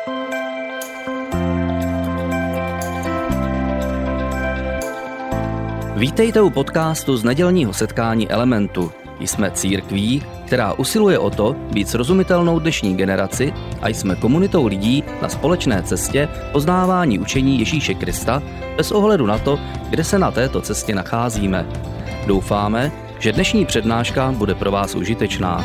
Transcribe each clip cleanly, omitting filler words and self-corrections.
Vítejte u podcastu z nedělního setkání Elementu. Jsme církví, která usiluje o to být srozumitelnou dnešní generaci a jsme komunitou lidí na společné cestě poznávání učení Ježíše Krista bez ohledu na to, kde se na této cestě nacházíme. Doufáme, že dnešní přednáška bude pro vás užitečná.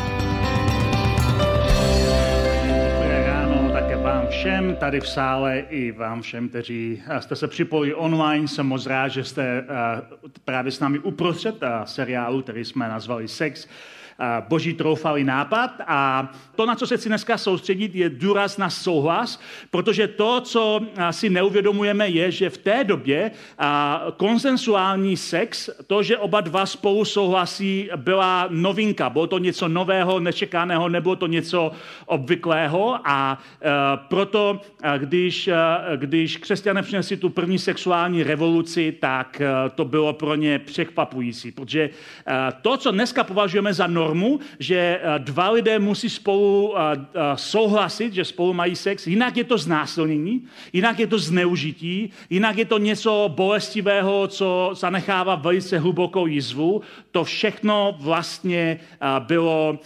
Všem tady v sále i vám všem, kteří jste se připojili online. Jsem moc rád, že jste právě s námi uprostřed seriálu, který jsme nazvali Sex, Boží troufalý nápad. A to, na co se chci dneska soustředit, je důraz na souhlas, protože to, co si neuvědomujeme, je, že v té době konsensuální sex, to, že oba dva spolu souhlasí, byla novinka. Bylo to něco nového, nečekaného, nebylo to něco obvyklého a proto, když křesťané přinesli tu první sexuální revoluci, tak to bylo pro ně překvapující, protože to, co dneska považujeme za normu, že dva lidé musí spolu souhlasit, že spolu mají sex, jinak je to znásilnění, jinak je to zneužití, jinak je to něco bolestivého, co zanechává velice hlubokou jizvu. To všechno vlastně bylo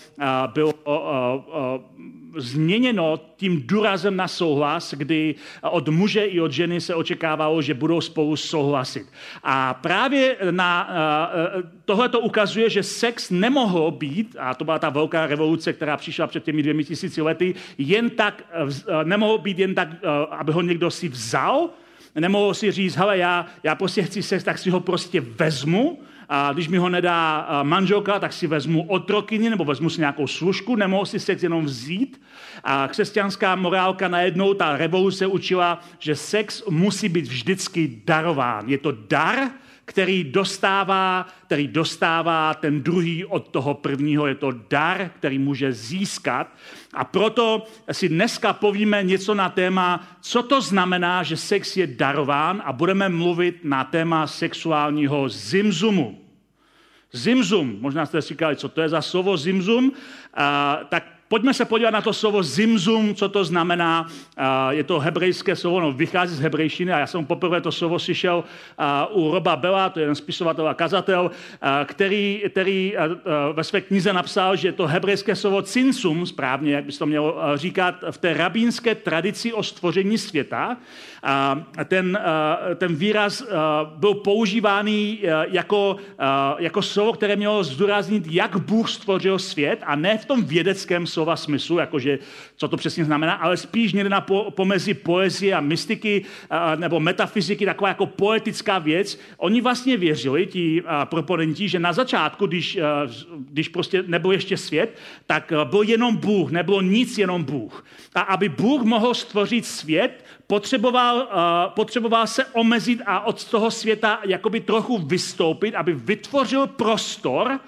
změněno tím důrazem na souhlas, kdy od muže i od ženy se očekávalo, že budou spolu souhlasit. A právě na tohle to ukazuje, že sex nemohlo být, a to byla ta velká revoluce, která přišla před těmi 2000 lety, nemohlo být jen tak, aby ho někdo si vzal, nemohl si říct, hele, já prostě chci sex, tak si ho prostě vezmu, a když mi ho nedá manželka, tak si vezmu otrokyni nebo vezmu si nějakou služku, nemohu si sex jenom vzít. A křesťanská morálka najednou, ta revoluce učila, že sex musí být vždycky darován. Je to dar, který dostává ten druhý od toho prvního. Je to dar, který může získat. A proto si dneska povíme něco na téma, co to znamená, že sex je darován, a budeme mluvit na téma sexuálního zimzumu. Zimzum, možná jste si říkali, co to je za slovo zimzum, tak pojďme se podívat na to slovo zimzum, co to znamená. Je to hebrejské slovo, vychází z hebrejštiny a já jsem poprvé to slovo slyšel u Roba Bella, to je jeden spisovatel a kazatel, který ve své knize napsal, že to hebrejské slovo cinsum, správně, jak bys to měl říkat, v té rabínské tradici o stvoření světa, ten výraz byl používaný jako slovo, které mělo zdůraznit, jak Bůh stvořil svět, a ne v tom vědeckém slova smyslu, jakože co to přesně znamená, ale spíš někde na pomezi poezie a mystiky nebo metafyziky, taková jako poetická věc. Oni vlastně věřili, ti proponenti, že na začátku, když prostě nebyl ještě svět, tak byl jenom Bůh, nebylo nic, jenom Bůh. A aby Bůh mohl stvořit svět, potřeboval se omezit a od toho světa jakoby trochu vystoupit, aby vytvořil prostor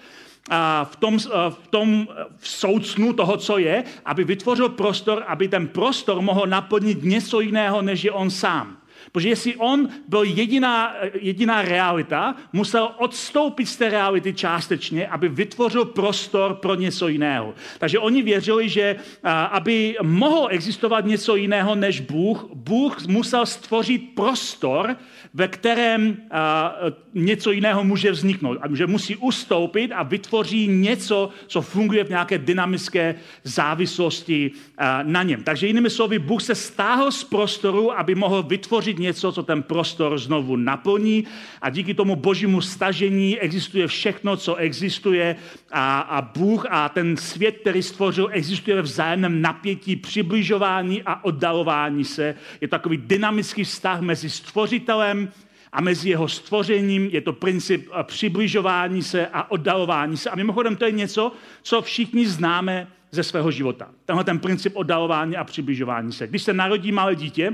v soucnu toho, co je, aby vytvořil prostor, aby ten prostor mohl naplnit něco jiného, než je on sám. Protože jestli on byl jediná realita, musel odstoupit z té reality částečně, aby vytvořil prostor pro něco jiného. Takže oni věřili, že aby mohlo existovat něco jiného než Bůh musel stvořit prostor, ve kterém něco jiného může vzniknout. A že musí ustoupit a vytvoří něco, co funguje v nějaké dynamické závislosti na něm. Takže jinými slovy, Bůh se stáhl z prostoru, aby mohl vytvořit něco, co ten prostor znovu naplní, a díky tomu božímu stažení existuje všechno, co existuje, a Bůh a ten svět, který stvořil, existuje ve vzájemném napětí, přibližování a oddalování se. Je to takový dynamický vztah mezi stvořitelem a mezi jeho stvořením. Je to princip přibližování se a oddalování se. A mimochodem to je něco, co všichni známe ze svého života. Tenhle ten princip oddalování a přibližování se. Když se narodí malé dítě,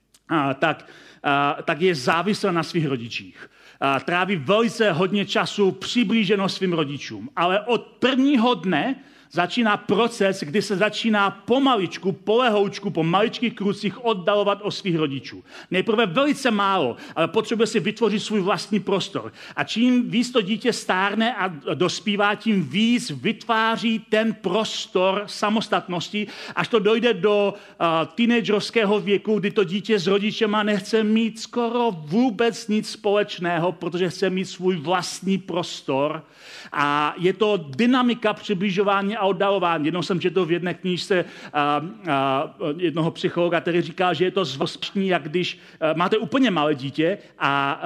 tak je závislé na svých rodičích. Tráví velice hodně času přiblíženo svým rodičům. Ale od prvního dne začíná proces, kdy se začíná pomaličku, polehoučku, po maličkých krucích oddalovat od svých rodičů. Nejprve velice málo, ale potřebuje si vytvořit svůj vlastní prostor. A čím víc to dítě stárne a dospívá, tím víc vytváří ten prostor samostatnosti, až to dojde do teenagerovského věku, kdy to dítě s rodičema nechce mít skoro vůbec nic společného, protože chce mít svůj vlastní prostor. A je to dynamika přibližování a oddalování. Jednou jsem četl v jedné knížce jednoho psychologa, který říkal, že je to zvláštní, jak když máte úplně malé dítě a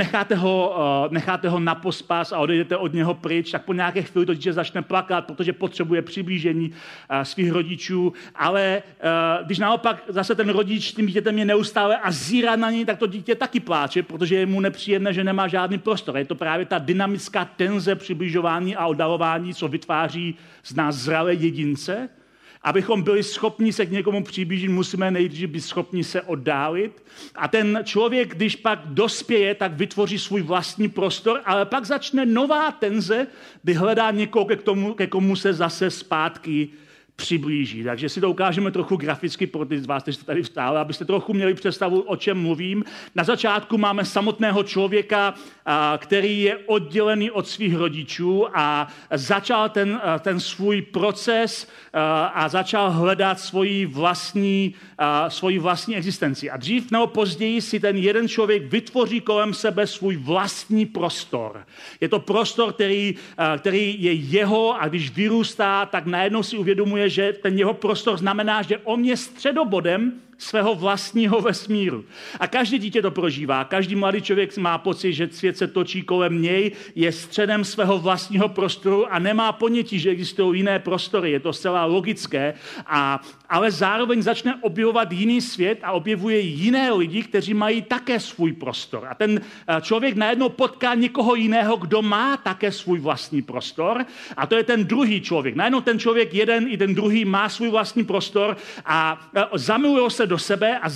necháte ho na pospas a odejdete od něho pryč, tak po nějaké chvíli to dítě začne plakat, protože potřebuje přiblížení svých rodičů, ale když naopak zase ten rodič s tím dítětem je neustále a zírá na něj, tak to dítě taky pláče, protože je mu nepříjemné, že nemá žádný prostor. Je to právě ta dynamická tenze přibližování a oddalování, co vytváří z nás zralé jedince. Abychom byli schopni se k někomu přiblížit, musíme nejdřív být schopni se oddálit. A ten člověk, když pak dospěje, tak vytvoří svůj vlastní prostor, ale pak začne nová tenze, kdy hledá někoho, ke komu se zase zpátky přiblíží. Takže si to ukážeme trochu graficky pro ty z vás, kteří jste tady vstáli, abyste trochu měli představu, o čem mluvím. Na začátku máme samotného člověka, který je oddělený od svých rodičů a začal ten svůj proces a začal hledat svoji vlastní existenci. A dřív nebo později si ten jeden člověk vytvoří kolem sebe svůj vlastní prostor. Je to prostor, který je jeho, a když vyrůstá, tak najednou si uvědomuje, že ten jeho prostor znamená, že on je středobodem svého vlastního vesmíru. A každé dítě to prožívá. Každý mladý člověk má pocit, že svět se točí kolem něj, je středem svého vlastního prostoru a nemá ponětí, že existují jiné prostory. Je to zcela logické, ale zároveň začne objevovat jiný svět a objevuje jiné lidi, kteří mají také svůj prostor. A ten člověk najednou potká někoho jiného, kdo má také svůj vlastní prostor, a to je ten druhý člověk. Najednou ten člověk jeden i ten druhý má svůj vlastní prostor a zamilují se do sebe a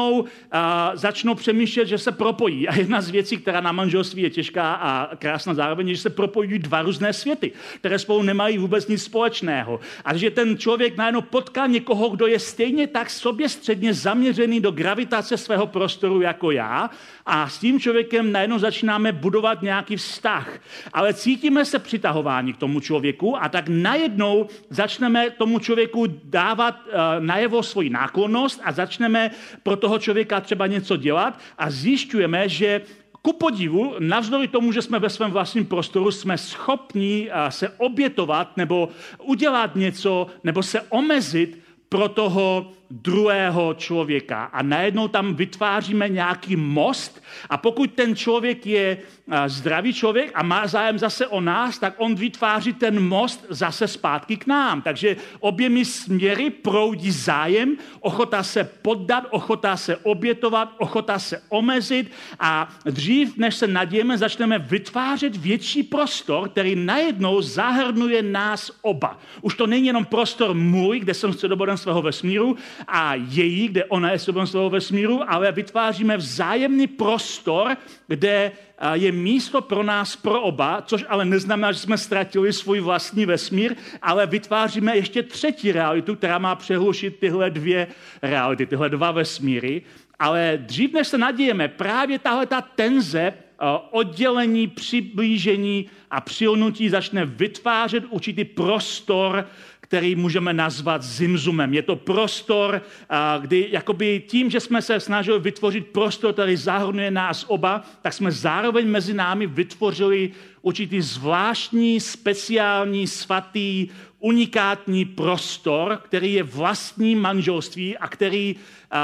začnou přemýšlet, že se propojí. A jedna z věcí, která na manželství je těžká a krásná zároveň, je, že se propojují dva různé světy, které spolu nemají vůbec nic společného. A že ten člověk najednou potká někoho, kdo je stejně tak soběstředně zaměřený do gravitace svého prostoru jako já, a s tím člověkem najednou začínáme budovat nějaký vztah. Ale cítíme se přitahováni k tomu člověku a tak najednou začneme tomu člověku dávat najevo svoji náklonnost a začneme pro toho člověka třeba něco dělat a zjišťujeme, že ku podivu, navzdory tomu, že jsme ve svém vlastním prostoru, jsme schopni se obětovat nebo udělat něco nebo se omezit pro toho druhého člověka. A najednou tam vytváříme nějaký most a pokud ten člověk je zdravý člověk a má zájem zase o nás, tak on vytváří ten most zase zpátky k nám. Takže oběmi směry proudí zájem, ochota se poddat, ochota se obětovat, ochota se omezit a dřív, než se nadějeme, začneme vytvářet větší prostor, který najednou zahrnuje nás oba. Už to není jenom prostor můj, kde jsem středobodem svého vesmíru, a její, kde ona je středobodem svého vesmíru, ale vytváříme vzájemný prostor, kde je místo pro nás, pro oba, což ale neznamená, že jsme ztratili svůj vlastní vesmír, ale vytváříme ještě třetí realitu, která má přehlušit tyhle dvě reality, tyhle dva vesmíry. Ale dřív, než se nadějeme, právě tahle ta tenze, oddělení, přiblížení a přilnutí začne vytvářet určitý prostor, který můžeme nazvat zimzumem. Je to prostor, kdy jakoby tím, že jsme se snažili vytvořit prostor, který zahrnuje nás oba, tak jsme zároveň mezi námi vytvořili určitý zvláštní, speciální, svatý, unikátní prostor, který je vlastní manželství a který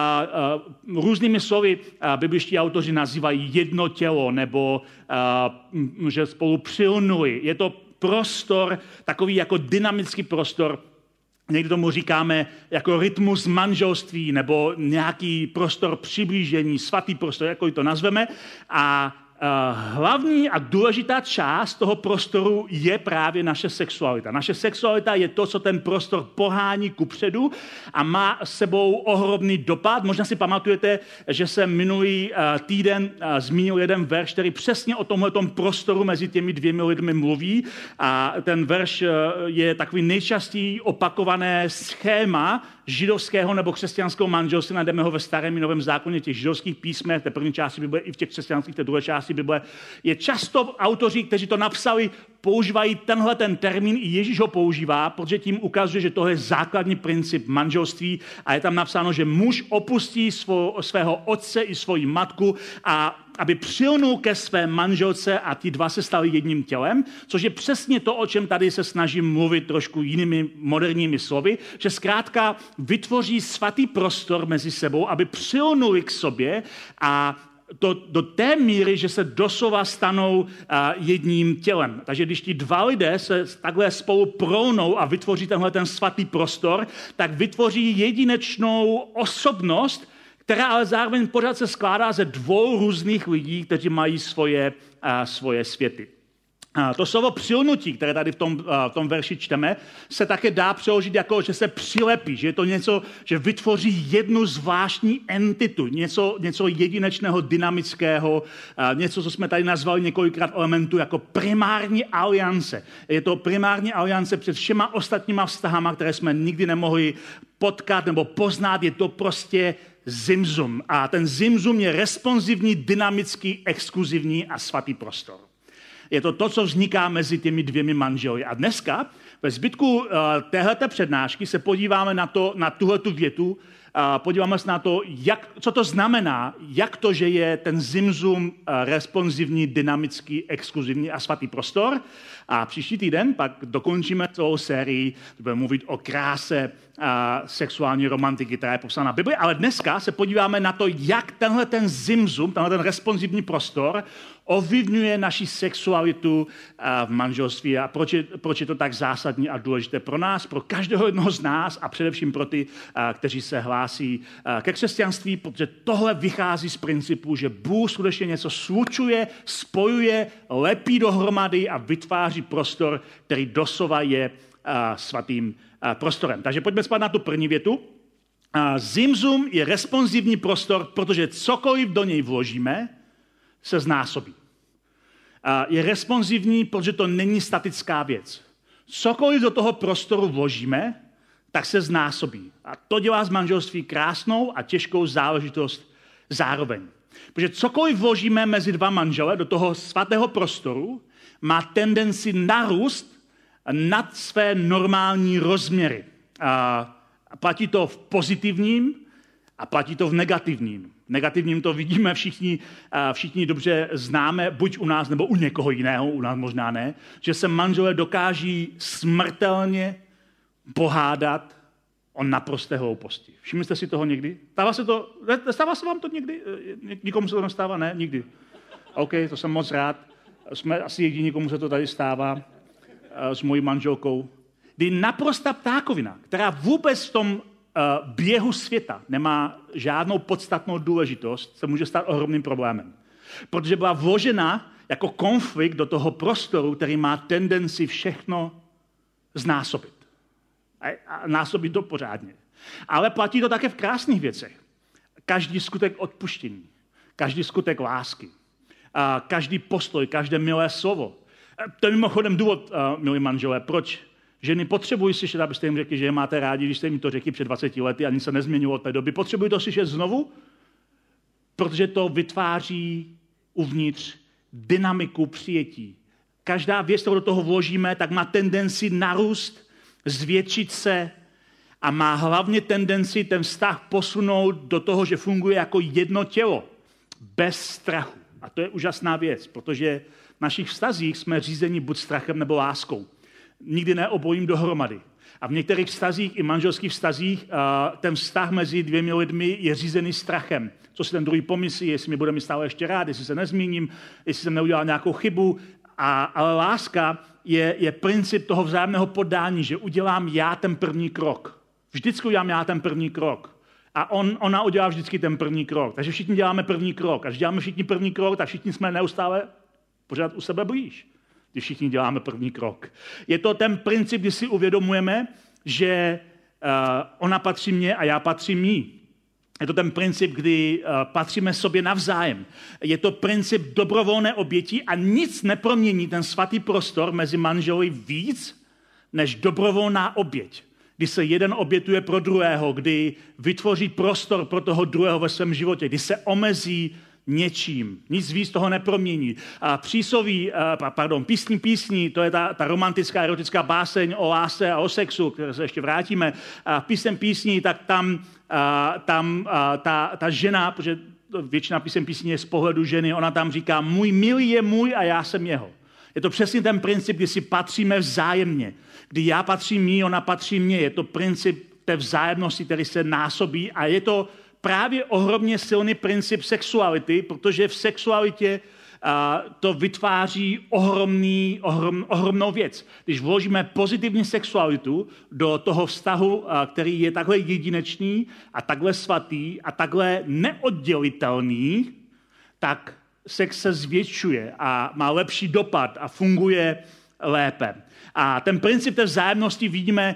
různými slovy bibličtí autoři nazývají jedno tělo nebo že spolu přilnuli. Je to prostor, takový jako dynamický prostor, někdy tomu říkáme jako rytmus manželství nebo nějaký prostor přiblížení, svatý prostor, jako to nazveme. A hlavní a důležitá část toho prostoru je právě naše sexualita. Naše sexualita je to, co ten prostor pohání kupředu a má s sebou ohromný dopad. Možná si pamatujete, že jsem minulý týden zmínil jeden verš, který přesně o tomhletom prostoru mezi těmi dvěmi lidmi mluví. A ten verš je takový nejčastěji opakované schéma židovského nebo křesťanského manželství. Najdeme ho ve Starém i Novém zákoně, těch židovských písmech, té první části Bible i v těch křesťanských, té druhé části Bible. Je často autoři, kteří to napsali, používají tenhle ten termín, i Ježíš ho používá, protože tím ukazuje, že tohle je základní princip manželství a je tam napsáno, že muž opustí svého otce i svoji matku a aby přilnul ke své manželce a ti dva se stali jedním tělem, což je přesně to, o čem tady se snažím mluvit trošku jinými moderními slovy, že zkrátka vytvoří svatý prostor mezi sebou, aby přilnuli k sobě a do té míry, že se doslova stanou jedním tělem. Takže když ti dva lidé se takhle spolu prolnou a vytvoří tenhle ten svatý prostor, tak vytvoří jedinečnou osobnost, která ale zároveň pořád se skládá ze dvou různých lidí, kteří mají svoje světy. To slovo přilnutí, které tady v tom verši čteme, se také dá přeložit jako, že se přilepí, že je to něco, že vytvoří jednu zvláštní entitu, něco jedinečného, dynamického, něco, co jsme tady nazvali několikrát elementu jako primární aliance. Je to primární aliance před všema ostatníma vztahama, které jsme nikdy nemohli potkat nebo poznat, je to prostě zimzum. A ten zimzum je responsivní, dynamický, exkluzivní a svatý prostor. Je to, co vzniká mezi těmi dvěmi manželi. A dneska ve zbytku téhleté přednášky se podíváme na tuhletu větu, podíváme se na to, co to znamená, jak to, že je ten zimzum responsivní, dynamický, exkluzivní a svatý prostor. A příští týden pak dokončíme celou sérii, budeme mluvit o kráse sexuální romantiky, která je popsána v Bibli, ale dneska se podíváme na to, jak tenhle ten zimzum, tenhle ten responsivní prostor ovlivňuje naši sexualitu v manželství a proč je to tak zásadní a důležité pro nás, pro každého jednoho z nás a především pro ty, kteří se hlásí ke křesťanství, protože tohle vychází z principu, že Bůh skutečně něco slučuje, spojuje, lepí dohromady a vytváří prostor, který doslova je svatým prostorem. Takže pojďme spát na tu první větu. Zimzum je responsivní prostor, protože cokoliv do něj vložíme, se znásobí. Je responsivní, protože to není statická věc. Cokoliv do toho prostoru vložíme, tak se znásobí. A to dělá z manželství krásnou a těžkou záležitost zároveň. Protože cokoliv vložíme mezi dva manžele do toho svatého prostoru, má tendenci narůst nad své normální rozměry. A platí to v pozitivním a platí to v negativním. V negativním to vidíme všichni dobře známe, buď u nás nebo u někoho jiného, u nás možná ne, že se manželé dokáží smrtelně pohádat o naprosté hlouposti. Všimli jste si toho někdy? Stává se vám to někdy? Nikomu se to nestává? Ne? Nikdy. OK, to jsem moc rád. Jsme asi jediní, komu se to tady stává s mojí manželkou. Kdy naprosta ptákovina, která vůbec v tom běhu světa nemá žádnou podstatnou důležitost, se může stát ohromným problémem. Protože byla vložena jako konflikt do toho prostoru, který má tendenci všechno znásobit. A násobit to pořádně. Ale platí to také v krásných věcech. Každý skutek odpuštění, každý skutek lásky, každý postoj, každé milé slovo. To je mimochodem důvod, milí manželé, proč ženy potřebují slyšet, abyste jim řekli, že je máte rádi, když jste jim to řekli před 20 lety a nic se nezměnilo od té doby. Potřebují to slyšet znovu, protože to vytváří uvnitř dynamiku přijetí. Každá věc, kterou do toho vložíme, tak má tendenci narůst, zvětšit se a má hlavně tendenci ten vztah posunout do toho, že funguje jako jedno tělo, bez strachu. A to je úžasná věc, protože v našich vztazích jsme řízeni buď strachem nebo láskou. Nikdy ne obojím dohromady. A v některých vztazích, i manželských vztazích, ten vztah mezi dvěmi lidmi je řízený strachem. Co si ten druhý pomyslí, jestli mě bude mít stále ještě rád, jestli se nezmíním, jestli jsem neudělal nějakou chybu. Ale láska je princip toho vzájemného poddání, že udělám já ten první krok. Vždycky udělám já ten první krok. A ona udělá vždycky ten první krok. Takže všichni děláme první krok. A když děláme všichni první krok, tak všichni jsme neustále pořád u sebe blíž, když všichni děláme první krok. Je to ten princip, kdy si uvědomujeme, že ona patří mně a já patřím jí. Je to ten princip, kdy patříme sobě navzájem. Je to princip dobrovolné oběti a nic nepromění ten svatý prostor mezi manželi víc, než dobrovolná oběť. Kdy se jeden obětuje pro druhého, kdy vytvoří prostor pro toho druhého ve svém životě, kdy se omezí něčím. Nic víc toho nepromění. Písní, to je ta romantická, erotická báseň o lásce a o sexu, které se ještě vrátíme. Písní, tak tam ta žena, protože většina písní je z pohledu ženy, ona tam říká, můj milý je můj a já jsem jeho. Je to přesně ten princip, kdy si patříme vzájemně. Kdy já patřím jí, ona patří mně. Je to princip té vzájemnosti, který se násobí a je to právě ohromně silný princip sexuality, protože v sexualitě to vytváří ohromnou věc. Když vložíme pozitivní sexualitu do toho vztahu, který je takhle jedinečný a takhle svatý a takhle neoddělitelný, tak sex se zvětšuje a má lepší dopad a funguje lépe. A ten princip té vzájemnosti vidíme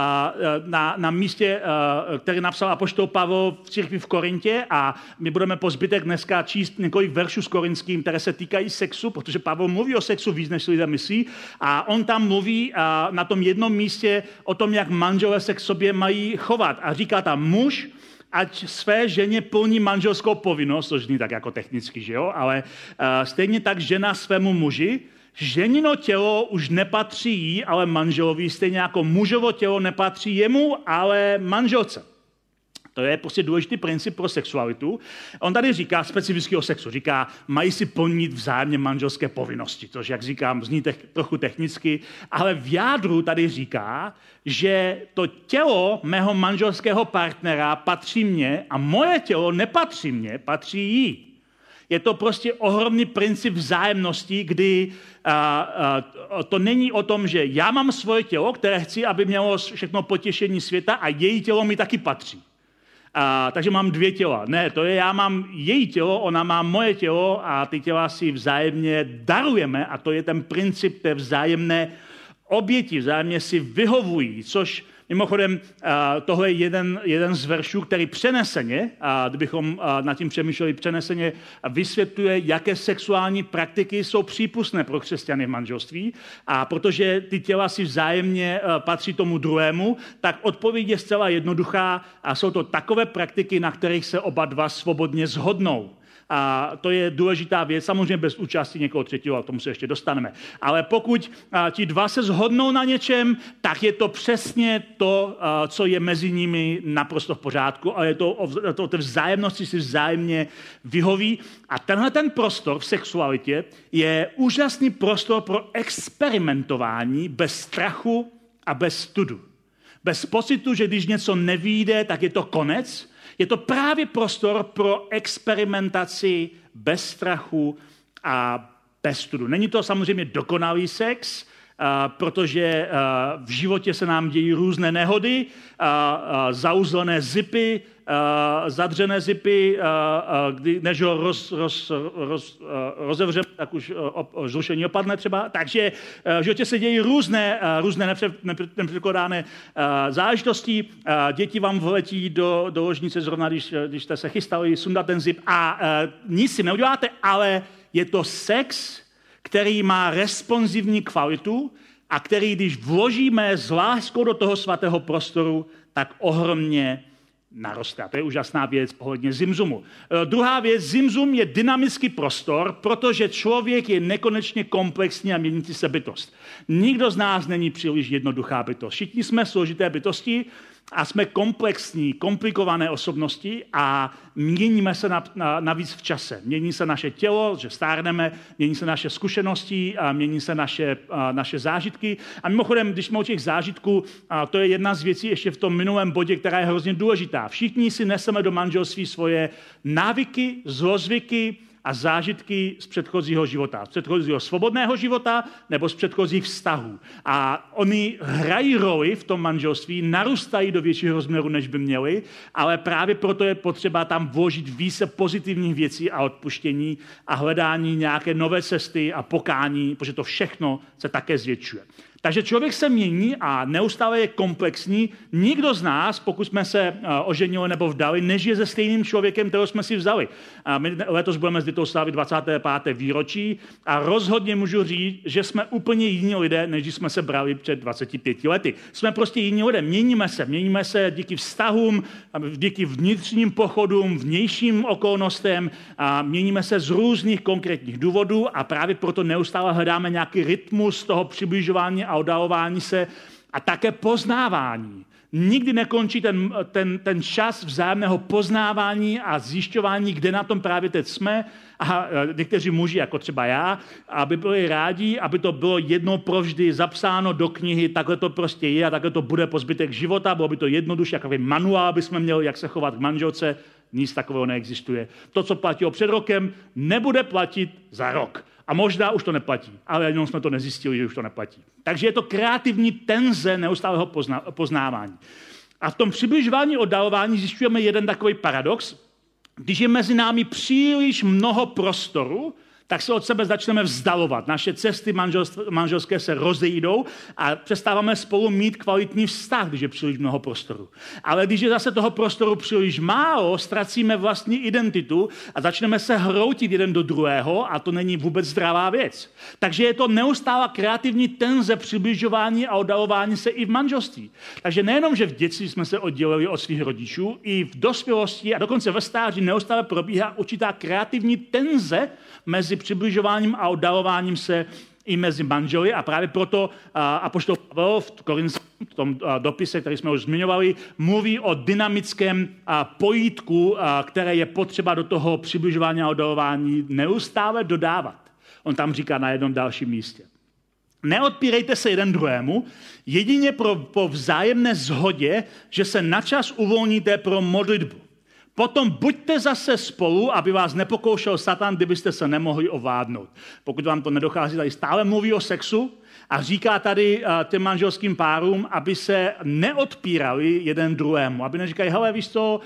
na místě, který napsal apoštol Pavel v církvi v Korintě a my budeme po zbytek dneska číst několik veršů s korinským, které se týkají sexu, protože Pavel mluví o sexu víc, než lidé myslí. A on tam mluví na tom jednom místě o tom, jak manželé se k sobě mají chovat. A říká tam muž, ať své ženě plní manželskou povinnost, což zní tak jako technicky, že jo? Ale stejně tak žena svému muži, ženino tělo už nepatří jí, ale manželovi, stejně jako mužovo tělo nepatří jemu, ale manželce. To je prostě důležitý princip pro sexualitu. On tady říká specificky o sexu. Říká, mají si plnit vzájemně manželské povinnosti, což, jak říkám, zní trochu technicky, ale v jádru tady říká, že to tělo mého manželského partnera patří mně a moje tělo nepatří mně, patří jí. Je to prostě ohromný princip vzájemnosti, kdy to není o tom, že já mám svoje tělo, které chci, aby mělo všechno potěšení světa a její tělo mi taky patří. Takže mám dvě těla. Ne, to je, já mám její tělo, ona má moje tělo a ty těla si vzájemně darujeme a to je ten princip té vzájemné oběti, vzájemně si vyhovují, což mimochodem tohle je jeden z veršů, který přeneseně, kdybychom nad tím přemýšleli přeneseně, vysvětluje, jaké sexuální praktiky jsou přípustné pro křesťany v manželství. A protože ty těla si vzájemně patří tomu druhému, tak odpověď je zcela jednoduchá a jsou to takové praktiky, na kterých se oba dva svobodně shodnou. A to je důležitá věc, samozřejmě bez účasti někoho třetího, a k tomu se ještě dostaneme. Ale pokud ti dva se shodnou na něčem, tak je to přesně to, co je mezi nimi naprosto v pořádku, a je to o té vzájemnosti si vzájemně vyhoví. A tenhle ten prostor v sexualitě je úžasný prostor pro experimentování bez strachu a bez studu. Bez pocitu, že když něco nevyjde, tak je to konec. Je to právě prostor pro experimentaci bez strachu a bez studu. Není to samozřejmě dokonalý sex, protože v životě se nám dějí různé nehody, zauzlené zipy, zadřené zipy, než ho rozevřeme, tak už zrušení opadne třeba. Takže v životě se dějí různé nepředpokládané záležitosti. Děti vám vletí do ložnice zrovna, když jste se chystali sundat ten zip a nic si neuděláte, ale je to sex, který má responsivní kvalitu a který, když vložíme s láskou do toho svatého prostoru, tak ohromně naroste. A to je úžasná věc ohledně Zimzumu. Druhá věc, Zimzum je dynamický prostor, protože člověk je nekonečně komplexní a měnící se bytost. Nikdo z nás není příliš jednoduchá bytost. Všichni jsme složité bytosti a jsme komplexní, komplikované osobnosti a měníme se navíc v čase. Mění se naše tělo, že stárneme, mění se naše zkušenosti a mění se naše zážitky. A mimochodem, když jsme u těch zážitků, to je jedna z věcí ještě v tom minulém bodě, která je hrozně důležitá. Všichni si neseme do manželství svoje návyky, zlozvyky a zážitky z předchozího života. Z předchozího svobodného života nebo z předchozích vztahů. A oni hrají roli v tom manželství, narůstají do většího rozměru, než by měli, ale právě proto je potřeba tam vložit více pozitivních věcí a odpuštění a hledání nějaké nové cesty a pokání, protože to všechno se také zvětšuje. Takže člověk se mění a neustále je komplexní. Nikdo z nás, pokud jsme se oženili nebo vdali, nežije se stejným člověkem, kterého jsme si vzali. A my letos budeme s Ditou slavit 25. výročí a rozhodně můžu říct, že jsme úplně jiní lidé, než jsme se brali před 25 lety. Jsme prostě jiní lidé, měníme se díky vztahům, díky vnitřním pochodům, vnějším okolnostem, a měníme se z různých konkrétních důvodů a právě proto neustále hledáme nějaký rytmus toho přibližování a oddalování se a také poznávání. Nikdy nekončí ten čas vzájemného poznávání a zjišťování, kde na tom právě teď jsme. A někteří muži, jako třeba já, aby byli rádi, aby to bylo jednou provždy zapsáno do knihy, takhle to prostě je a takhle to bude po zbytek života, bylo by to jednoduše, jako manuál bychom měli, jak se chovat k manželce, nic takového neexistuje. To, co platilo před rokem, nebude platit za rok. A možná už to neplatí, ale jenom jsme to nezjistili, že už to neplatí. Takže je to kreativní tenze neustálého poznávání. A v tom přibližování oddalování zjišťujeme jeden takový paradox. Když je mezi námi příliš mnoho prostoru, tak se od sebe začneme vzdalovat. Naše cesty manželské se rozejdou a přestáváme spolu mít kvalitní vztah, když je příliš mnoho prostoru. Ale když je zase toho prostoru příliš málo, ztracíme vlastní identitu a začneme se hroutit jeden do druhého a to není vůbec zdravá věc. Takže je to neustálá kreativní tenze přibližování a oddalování se i v manželství. Takže nejenom, že v dětství jsme se oddělili od svých rodičů, i v dospělosti a dokonce ve stáří neustále probíhá určitá kreativní tenze mezi přibližováním a oddalováním se i mezi manželi a právě proto apoštol Pavel v tom dopise, který jsme už zmiňovali, mluví o dynamickém pojítku, které je potřeba do toho přibližování a oddalování neustále dodávat. On tam říká na jednom dalším místě. Neodpírejte se jeden druhému, jedině po vzájemné shodě, že se načas uvolníte pro modlitbu. Potom buďte zase spolu, aby vás nepokoušel Satan, kdybyste se nemohli ovládnout. Pokud vám to nedochází, tady stále mluví o sexu a říká tady těm manželským párům, aby se neodpírali jeden druhému. Aby neříkali, hele, víš co,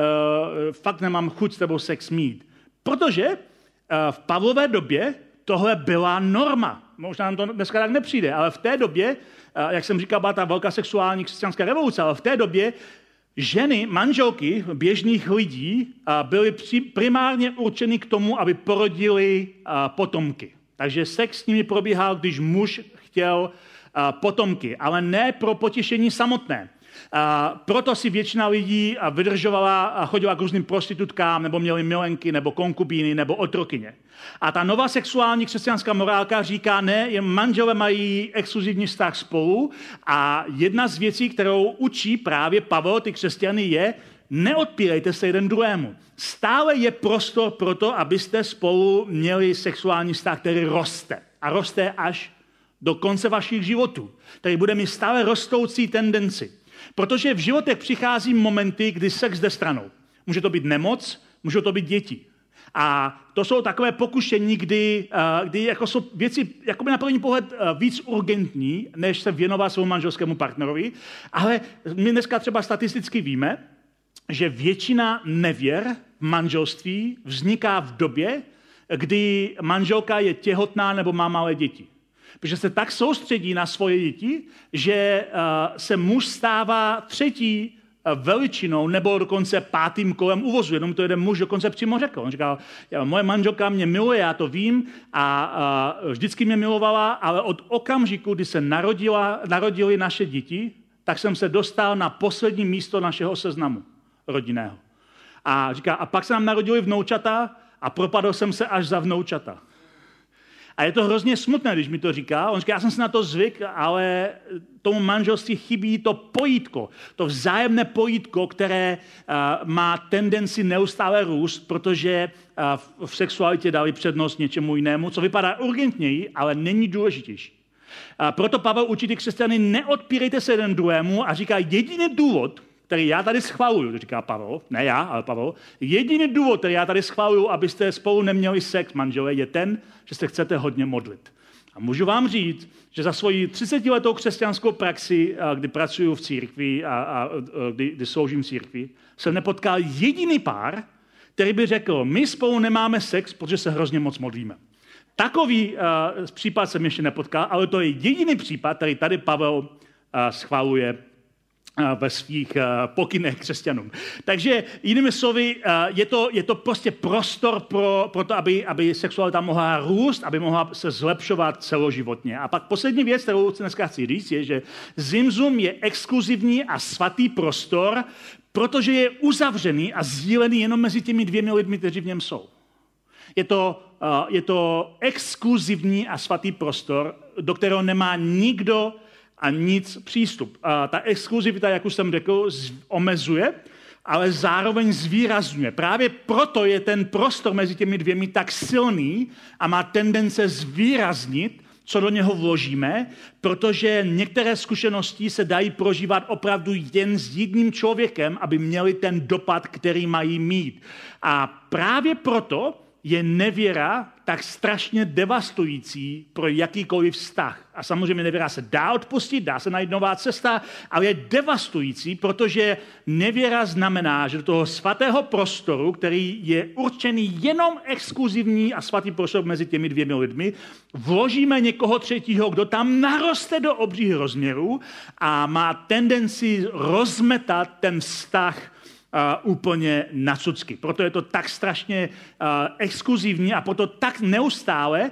fakt nemám chuť s tebou sex mít. Protože v Pavlové době tohle byla norma. Možná nám to dneska tak nepřijde, ale v té době, jak jsem říkal, byla ta velká sexuální křesťanská revoluce, ale v té době ženy, manželky běžných lidí byly primárně určeny k tomu, aby porodili potomky. Takže sex s nimi probíhal, když muž chtěl potomky, ale ne pro potěšení samotné. Proto si většina lidí vydržovala a chodila k různým prostitutkám, nebo měli milenky, nebo konkubíny, nebo otrokyně. A ta nová sexuální křesťanská morálka říká, ne, manželé mají exkluzivní vztah spolu a jedna z věcí, kterou učí právě Pavel, ty křesťany, je, neodpírejte se jeden druhému. Stále je prostor pro to, abyste spolu měli sexuální vztah, který roste. A roste až do konce vašich životů. Tady bude mít stále rostoucí tendenci. Protože v životech přichází momenty, kdy sex jde stranou. Může to být nemoc, můžou to být děti. A to jsou takové pokušení, kdy jako jsou věci jakoby na první pohled víc urgentní, než se věnovat svému manželskému partnerovi. Ale my dneska třeba statisticky víme, že většina nevěr v manželství vzniká v době, kdy manželka je těhotná nebo má malé děti. Protože se tak soustředí na svoje děti, že se muž stává třetí veličinou nebo dokonce pátým kolem uvozu. Jenom to jeden muž dokonce přímo řekl. On říkal, moje manželka mě miluje, já to vím a vždycky mě milovala, ale od okamžiku, kdy se narodili naše děti, tak jsem se dostal na poslední místo našeho seznamu rodinného. A říká, a pak se nám narodili vnoučata a propadl jsem se až za vnoučata. A je to hrozně smutné, když mi to říká. On říká, já jsem si na to zvyk, ale tomu manželství chybí to pojítko, to vzájemné pojítko, které má tendenci neustále růst, protože v sexualitě dali přednost něčemu jinému, co vypadá urgentněji, ale není důležitější. Proto Pavel učí ty křesťany, neodpírejte se jeden druhému a říká, jediný důvod, který já tady schvaluju, to říká Pavel, ne já, ale Pavel, jediný důvod, který já tady schvaluju, abyste spolu neměli sex, manželé, je ten, že se chcete hodně modlit. A můžu vám říct, že za svoji 30letou křesťanskou praxi, kdy pracuji v církvi a kdy sloužím v církvi, jsem nepotkal jediný pár, který by řekl, my spolu nemáme sex, protože se hrozně moc modlíme. Takový případ jsem ještě nepotkal, ale to je jediný případ, který tady Pavel schvaluje ve svých pokynech křesťanům. Takže jinými slovy, je to prostě prostor pro to, aby sexualita mohla růst, aby mohla se zlepšovat celoživotně. A pak poslední věc, kterou dneska chci říct, je, že Zimzum je exkluzivní a svatý prostor, protože je uzavřený a sdílený jenom mezi těmi dvěmi lidmi, kteří v něm jsou. Je to exkluzivní a svatý prostor, do kterého nemá nikdo a nic přístup. Ta exkluzivita, jak už jsem řekl, omezuje, ale zároveň zvýrazňuje. Právě proto je ten prostor mezi těmi dvěmi tak silný a má tendence zvýraznit, co do něho vložíme, protože některé zkušenosti se dají prožívat opravdu jen s jedním člověkem, aby měli ten dopad, který mají mít. A právě proto je nevěra tak strašně devastující pro jakýkoliv vztah. A samozřejmě nevěra se dá odpustit, dá se najít nová cesta, ale je devastující, protože nevěra znamená, že do toho svatého prostoru, který je určený jenom exkluzivní a svatý prostor mezi těmi dvěmi lidmi, vložíme někoho třetího, kdo tam naroste do obřích rozměrů a má tendenci rozmetat ten vztah úplně na cucky. Proto je to tak strašně exkluzivní a proto tak neustále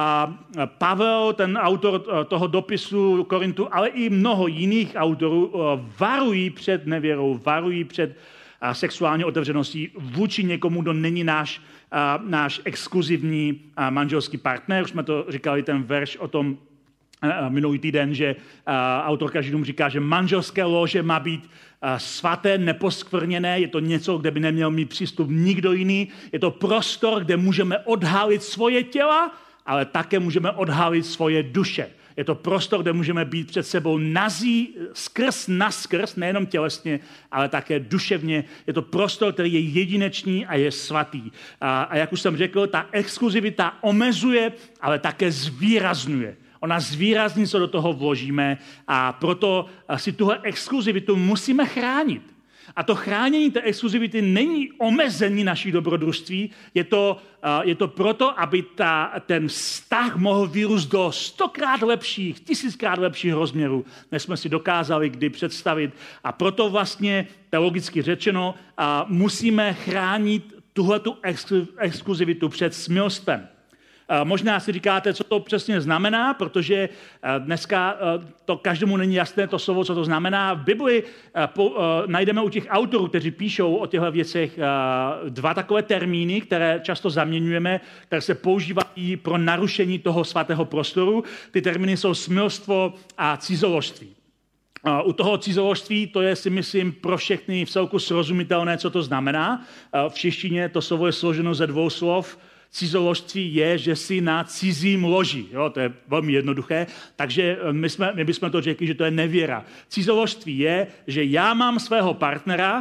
Pavel, ten autor toho dopisu Korintu, ale i mnoho jiných autorů varují před nevěrou, varují před sexuální otevřeností vůči někomu, kdo není náš exkluzivní manželský partner. Už jsme to říkali, ten verš o tom minulý týden, že autorka Židům říká, že manželské lože má být svaté, neposkvrněné, je to něco, kde by neměl mít přístup nikdo jiný, je to prostor, kde můžeme odhalit svoje těla, ale také můžeme odhalit svoje duše. Je to prostor, kde můžeme být před sebou nazí, skrz naskrz, nejenom tělesně, ale také duševně. Je to prostor, který je jedinečný a je svatý. A jak už jsem řekl, ta exkluzivita omezuje, ale také zvýrazňuje. Ona zvýrazní, co do toho vložíme a proto si tuhle exkluzivitu musíme chránit. A to chránění té exkluzivity není omezení naší dobrodružství, je to proto, aby ten vztah mohl vyrůst do 100krát lepších, 1000krát lepších rozměrů, než jsme si dokázali kdy představit. A proto vlastně, teologicky řečeno, musíme chránit tuhletu exkluzivitu před smilstvem. Možná si říkáte, co to přesně znamená, protože dneska to každému není jasné to slovo, co to znamená. V Bibli najdeme u těch autorů, kteří píšou o těchto věcech, dva takové termíny, které často zaměňujeme, které se používají pro narušení toho svatého prostoru. Ty termíny jsou smilstvo a cizoložství. U toho cizoložství to je, si myslím, pro všechny v celku srozumitelné, co to znamená. V češtině to slovo je složeno ze dvou slov. Cizoložství je, že si na cizím loži. Jo, to je velmi jednoduché. Takže my bychom to řekli, že to je nevěra. Cizoložství je, že já mám svého partnera,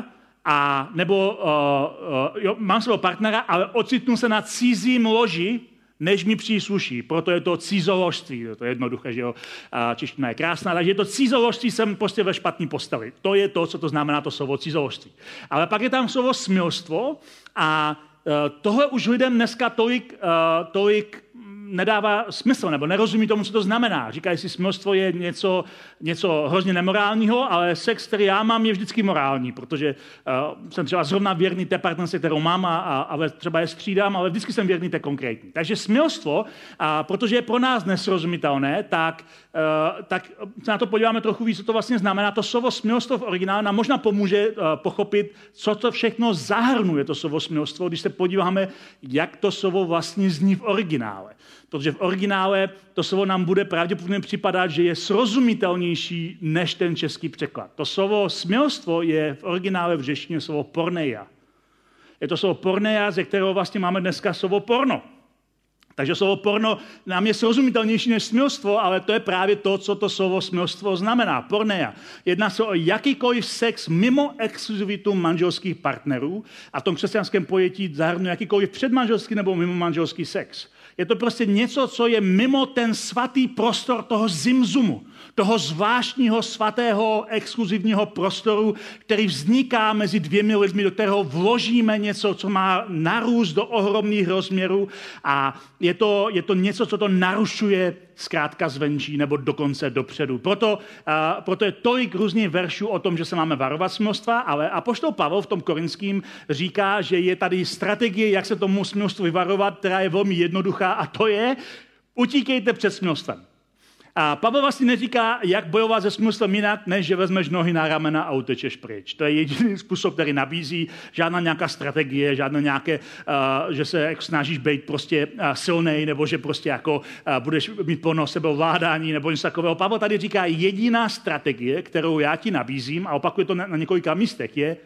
mám svého partnera, ale ocitnu se na cizím loži, než mi přísluší. Proto je to cizoložství. To je jednoduché, že jo. Čeština je krásná, takže je to cizoložství, jsem prostě ve špatný postavě. To je to, co to znamená to slovo cizoložství. Ale pak je tam slovo smilstvo a tohle už lidem dneska tolik nedává smysl, nebo nerozumí tomu, co to znamená. Říkají si, smilstvo je něco hrozně nemorálního, ale sex, který já mám, je vždycky morální, protože jsem třeba zrovna věrný té partnerce, kterou mám a třeba je střídám, ale vždycky jsem věrný té konkrétní. Takže smilstvo, protože je pro nás nesrozumitelné, tak se na to podíváme trochu víc, co to vlastně znamená. To slovo smilstvo v originálu nám možná pomůže pochopit, co to všechno zahrnuje, to slovo smilstvo, když se podíváme, jak to slovo vlastně zní v originále. Protože v originále to slovo nám bude pravděpodobně připadat, že je srozumitelnější než ten český překlad. To slovo smilstvo je v originále v řečtině slovo porneia. Je to slovo porneia, ze kterého vlastně máme dneska slovo porno. Takže slovo porno nám je srozumitelnější než smilstvo, ale to je právě to, co to slovo smilstvo znamená. Porneia. Jedná se o jakýkoliv sex mimo exkluzivitu manželských partnerů a v tom křesťanském pojetí zahrnuje jakýkoliv předmanželský nebo mimo manželský sex. Je to prostě něco, co je mimo ten svatý prostor toho zimzumu, toho zvláštního svatého exkluzivního prostoru, který vzniká mezi dvěmi lidmi, do kterého vložíme něco, co má narůst do ohromných rozměrů a je to něco, co to narušuje zkrátka zvenčí nebo dokonce dopředu. Proto je tolik různých veršů o tom, že se máme varovat smilstva, ale apoštol Pavel v tom Korinským říká, že je tady strategie, jak se tomu smilstvu vyvarovat, která je velmi jednoduchá a to je utíkejte před smilstvem. A Pavel vlastně neříká, jak bojovat se smilstvem jinak, než že vezmeš nohy na ramena a utečeš pryč. To je jediný způsob, který nabízí, žádná nějaká strategie, žádné nějaké, že se snažíš být prostě silnej, nebo že prostě jako budeš mít plno sebevládání, nebo něco takového. Pavel tady říká, jediná strategie, kterou já ti nabízím, a opakuje to na několika místech, je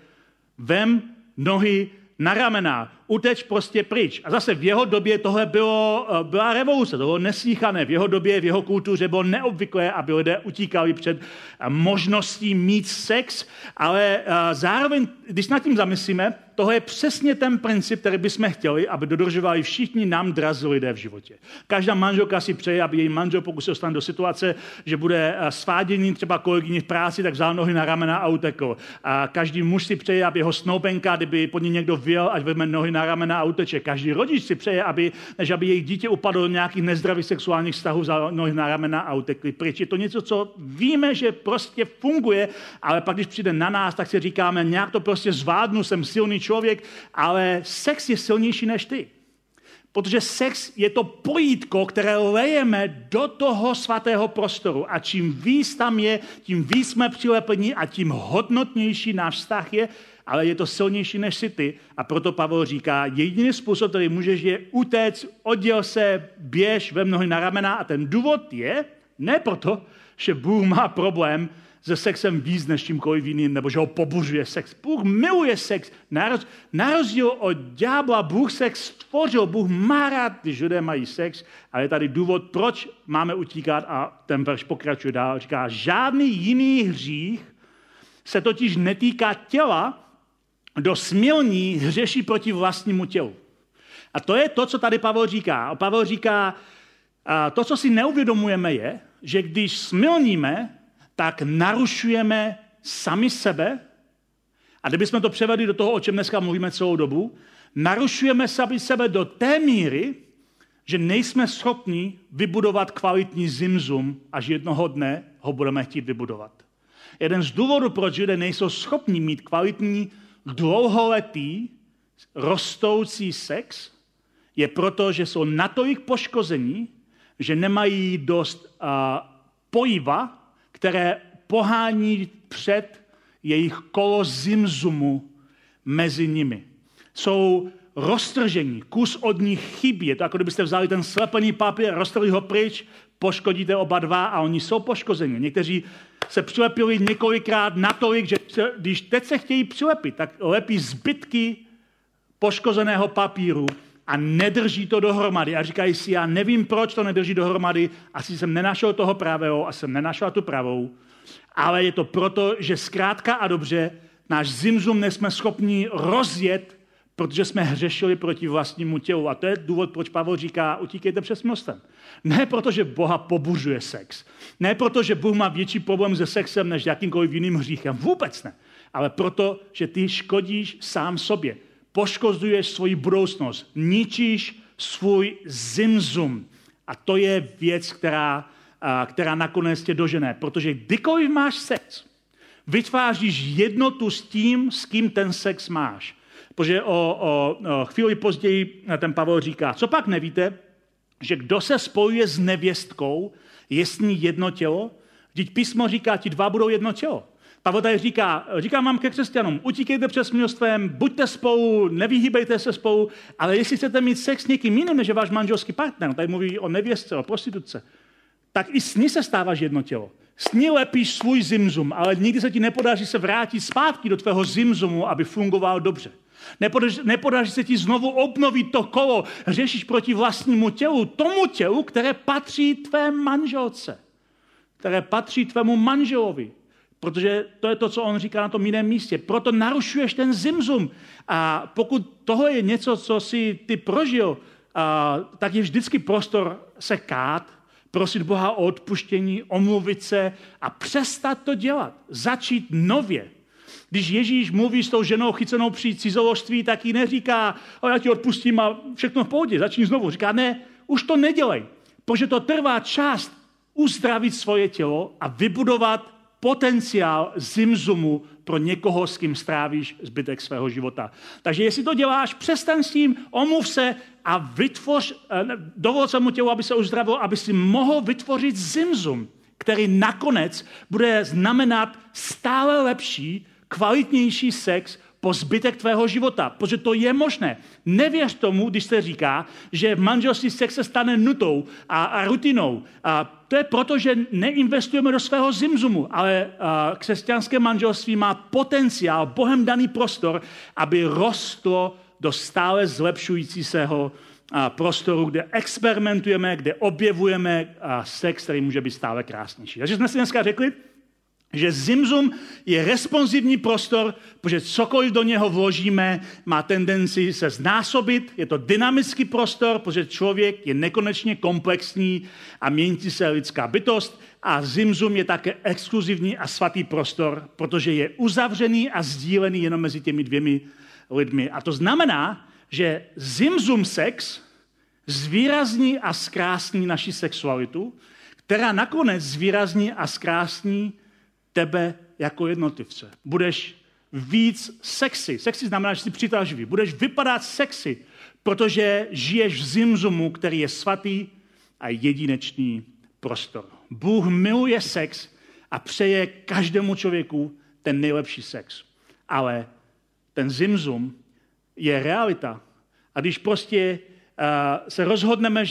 vem nohy na ramena, uteč prostě pryč. A zase v jeho době tohle byla revoluce, to bylo neslýchané. V jeho době, v jeho kultuře bylo neobvyklé, aby lidé utíkali před možností mít sex, ale zároveň, když nad tím zamyslíme, tohle je přesně ten princip, který bychom chtěli, aby dodržovali všichni nám drazí lidé v životě. Každá manželka si přeje, aby její manžel, pokud se dostane do situace, že bude sváděný třeba kolegyni v práci, tak vzal nohy na ramena a utekl. A každý muž si přeje, aby jeho snoubenka, kdyby pod ní někdo vyjel, až vezme nohy na ramena a uteče. Každý rodič si přeje, než aby jejich dítě upadlo do nějakých nezdravých sexuálních vztahů, vzal nohy na ramena a utekli pryč. Je to něco, co víme, že prostě funguje, ale pak, když přijde na nás, tak si říkáme, nějak to prostě zvládnu, jsem silný člověk, ale sex je silnější než ty. Protože sex je to pojítko, které lejeme do toho svatého prostoru. A čím víc tam je, tím víc jsme přilepení a tím hodnotnější náš vztah je, ale je to silnější než si ty. A proto Pavel říká, jediný způsob, který můžeš, je utéct, odděl se, běž, vem nohy na ramena. A ten důvod je, ne proto, že Bůh má problém se sexem víc než čímkoliv jiným, nebo že ho pobuřuje sex. Bůh miluje sex. Na rozdíl od ďábla Bůh sex stvořil. Bůh má rád, když lidé mají sex. A je tady důvod, proč máme utíkat. A ten verš pokračuje dál. Říká, žádný jiný hřích se totiž netýká těla, kdo smilní hřeší proti vlastnímu tělu. A to je to, co tady Pavel říká. Pavel říká, to, co si neuvědomujeme, je, že když smilníme, tak narušujeme sami sebe. A kdybychom to převedli do toho, o čem dneska mluvíme celou dobu, narušujeme sami sebe do té míry, že nejsme schopni vybudovat kvalitní zimzum, až jednoho dne ho budeme chtít vybudovat. Jeden z důvodů, proč lidé nejsou schopni mít kvalitní, dlouholetý, rostoucí sex, je proto, že jsou natolik poškození, že nemají dost pojiva, které pohání před jejich kolo zimzumu mezi nimi. Jsou roztržení, kus od nich chybí. Je to jako kdybyste vzali ten slepený papír, roztrhli ho pryč, poškodíte oba dva a oni jsou poškozeni. Někteří se přilepili několikrát natolik, že když teď se chtějí přilepit, tak lepí zbytky poškozeného papíru a nedrží to dohromady. A říkají si, já nevím, proč to nedrží dohromady, asi jsem nenašel toho pravého, asi jsem nenašel tu pravou, ale je to proto, že zkrátka a dobře náš zimzum nejsme schopni rozjet, protože jsme hřešili proti vlastnímu tělu. A to je důvod, proč Pavel říká, utíkejte před smilstvem. Ne proto, že Boha pobuřuje sex. Ne proto, že Bůh má větší problém se sexem než jakýmkoliv jiným hříchem. Vůbec ne. Ale proto, že ty škodíš sám sobě. Poškozuješ svoji budoucnost. Ničíš svůj zimzum. A to je věc, která nakonec tě dožene. Protože kdykoliv máš sex, vytváříš jednotu s tím, s kým ten sex máš. Protože o chvíli později ten Pavel říká, co pak nevíte, že kdo se spojuje s nevěstkou, je s ní jedno tělo? Vždyť písmo říká, ti dva budou jedno tělo. Pavel tady říkám vám ke křesťanům, utíkejte před smilstvem, buďte spolu, nevyhýbejte se spolu, ale jestli chcete mít sex s někým jiným, než je váš manželský partner, tady mluví o nevěstce, o prostitutce, tak i s ní se stáváš jedno tělo. S ní lepíš svůj zimzum, ale nikdy se ti nepodaří se vrátit zpátky do tvého zimzumu, aby fungoval dobře. Nepodaří se ti znovu obnovit to kolo, řešíš proti vlastnímu tělu, tomu tělu, které patří tvé manželce, které patří tvému manželovi. Protože to je to, co on říká na tom jiném místě. Proto narušuješ ten zimzum. A pokud tohle je něco, co si ty prožil, tak je vždycky prostor se kát, prosit Boha o odpuštění, omluvit se a přestat to dělat. Začít nově. Když Ježíš mluví s tou ženou chycenou při cizoložství, tak jí neříká, já ti odpustím a všechno v pohodě, začni znovu. Říká, ne, už to nedělej, protože to trvá čas uzdravit svoje tělo a vybudovat potenciál zimzumu pro někoho, s kým strávíš zbytek svého života. Takže jestli to děláš, přestaň s tím, omluv se a vytvoř, dovol svému tělu, aby se uzdravilo, aby si mohl vytvořit zimzum, který nakonec bude znamenat stále lepší, kvalitnější sex po zbytek tvého života, protože to je možné. Nevěř tomu, když se říká, že v manželství sex se stane nutou a rutinou. A to je proto, že neinvestujeme do svého zimzumu, ale křesťanské manželství má potenciál, Bohem daný prostor, aby rostlo do stále zlepšujícího prostoru, kde experimentujeme, kde objevujeme sex, který může být stále krásnější. Takže jsme si dneska řekli, že zimzum je responsivní prostor, protože cokoliv do něho vložíme, má tendenci se znásobit, je to dynamický prostor, protože člověk je nekonečně komplexní a měnící se lidská bytost a zimzum je také exkluzivní a svatý prostor, protože je uzavřený a sdílený jenom mezi těmi dvěmi lidmi. A to znamená, že zimzum sex zvýrazní a zkrásní naši sexualitu, která nakonec zvýrazní a zkrásní tebe jako jednotlivce. Budeš víc sexy. Sexy znamená, že jsi přitažlivý. Budeš vypadat sexy, protože žiješ v zimzumu, který je svatý a jedinečný prostor. Bůh miluje sex a přeje každému člověku ten nejlepší sex. Ale ten zimzum je realita. A když prostě se rozhodneme,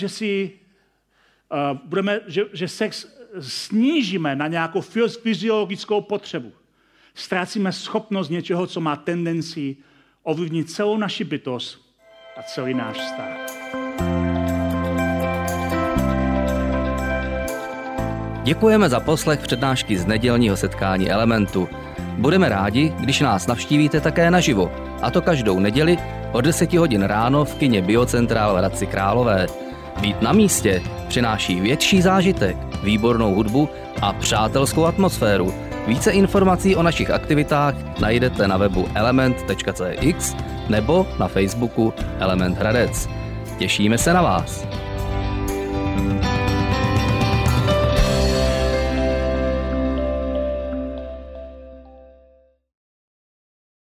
že sex snížíme na nějakou fyziologickou potřebu, ztrácíme schopnost něčeho, co má tendenci ovlivnit celou naši bytost a celý náš vztah. Děkujeme za poslech přednášky z nedělního setkání Elementu. Budeme rádi, když nás navštívíte také naživo, a to každou neděli od 10 hodin ráno v kině Biocentral v Hradci Králové. Být na místě přináší větší zážitek, výbornou hudbu a přátelskou atmosféru. Více informací o našich aktivitách najdete na webu element.cx nebo na Facebooku Element Hradec. Těšíme se na vás.